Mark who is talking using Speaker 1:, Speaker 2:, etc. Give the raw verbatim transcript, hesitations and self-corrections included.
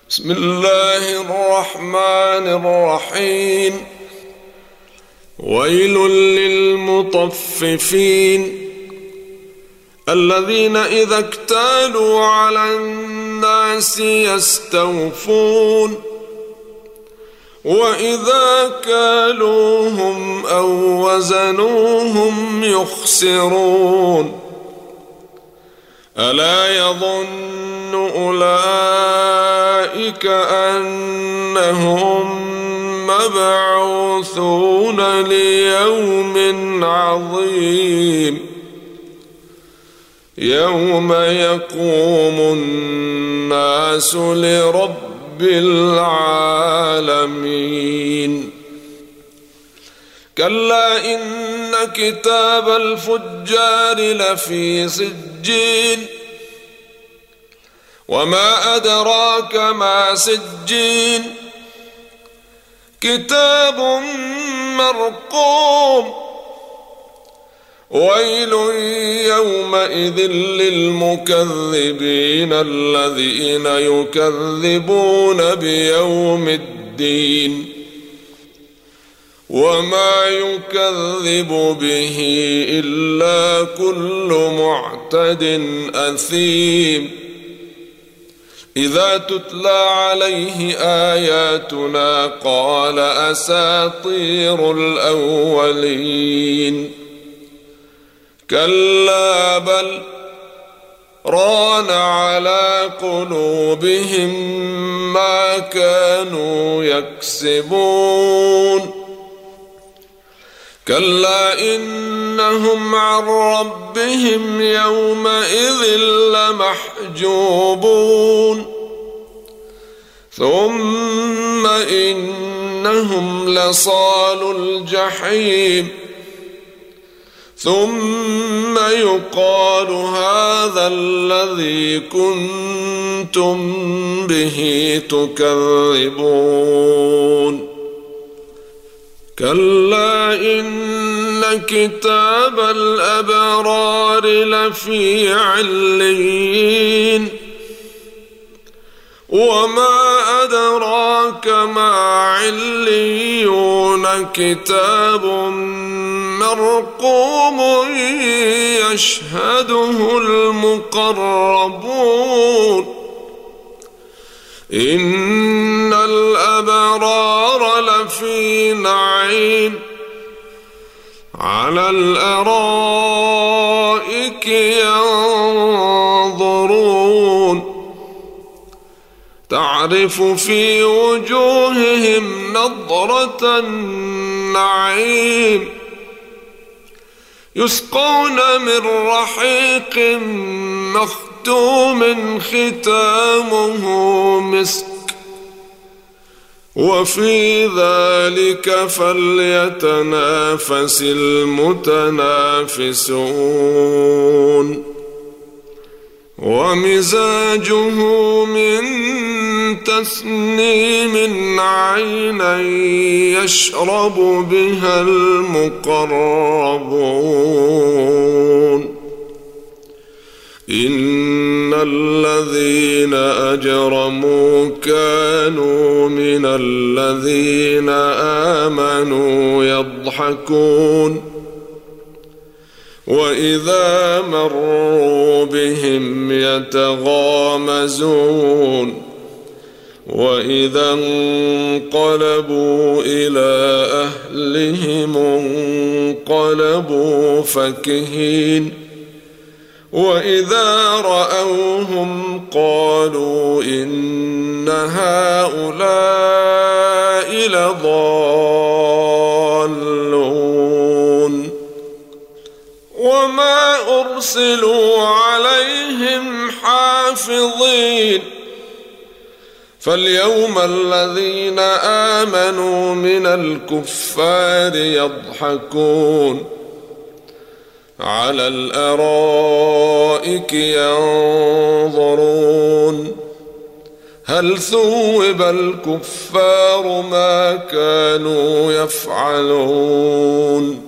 Speaker 1: بسم الله الرحمن الرحيم. ويل للمطففين الذين إذا اكتالوا على الناس يستوفون وإذا كالوهم أو وزنوهم يخسرون. ألا يظن أولئك أنهم مبعوثون ليوم عظيم يوم يقوم الناس لرب العالمين. كلا إن كتاب الفجار لفي سجين وما أدراك ما سجين كتاب مرقوم. ويل يومئذ للمكذبين الذين يكذبون بيوم الدين وما يكذب به إلا كل معتد أثيم. إذا تتلى عليه آياتنا قال أساطير الأولين. كلا بل ران على قلوبهم ما كانوا يكسبون. كلا إنهم عن ربهم يومئذ لمحجوبون. ثم إنهم لصالو الجحيم ثم يقال هذا الذي كنتم به تكذبون. كلا إن كتاب الأبرار لفي عليين وما أدراك ما عليون كتاب مرقوم يشهده المقربون. إن الأبرار لفي نعيم على الأرائك ينظرون تعرف في وجوههم نضرة النعيم يسقون من رحيق مختوم ختامه مسك وفي ذلك فليتنافس المتنافسون. ومزاجه من تسنيم عينا يشرب بها المقربون. إن الذين أجرموا كانوا من الذين آمنوا يضحكون وإذا مروا بهم يتغامزون وإذا انقلبوا إلى أهلهم انقلبوا فكهين وإذا رأوهم قالوا إن هؤلاء لضالون. وما أرسلوا عليهم حافظين فاليوم الذين آمنوا من الكفار يضحكون على الأرائك ينظرون هل ثوب الكفار ما كانوا يفعلون.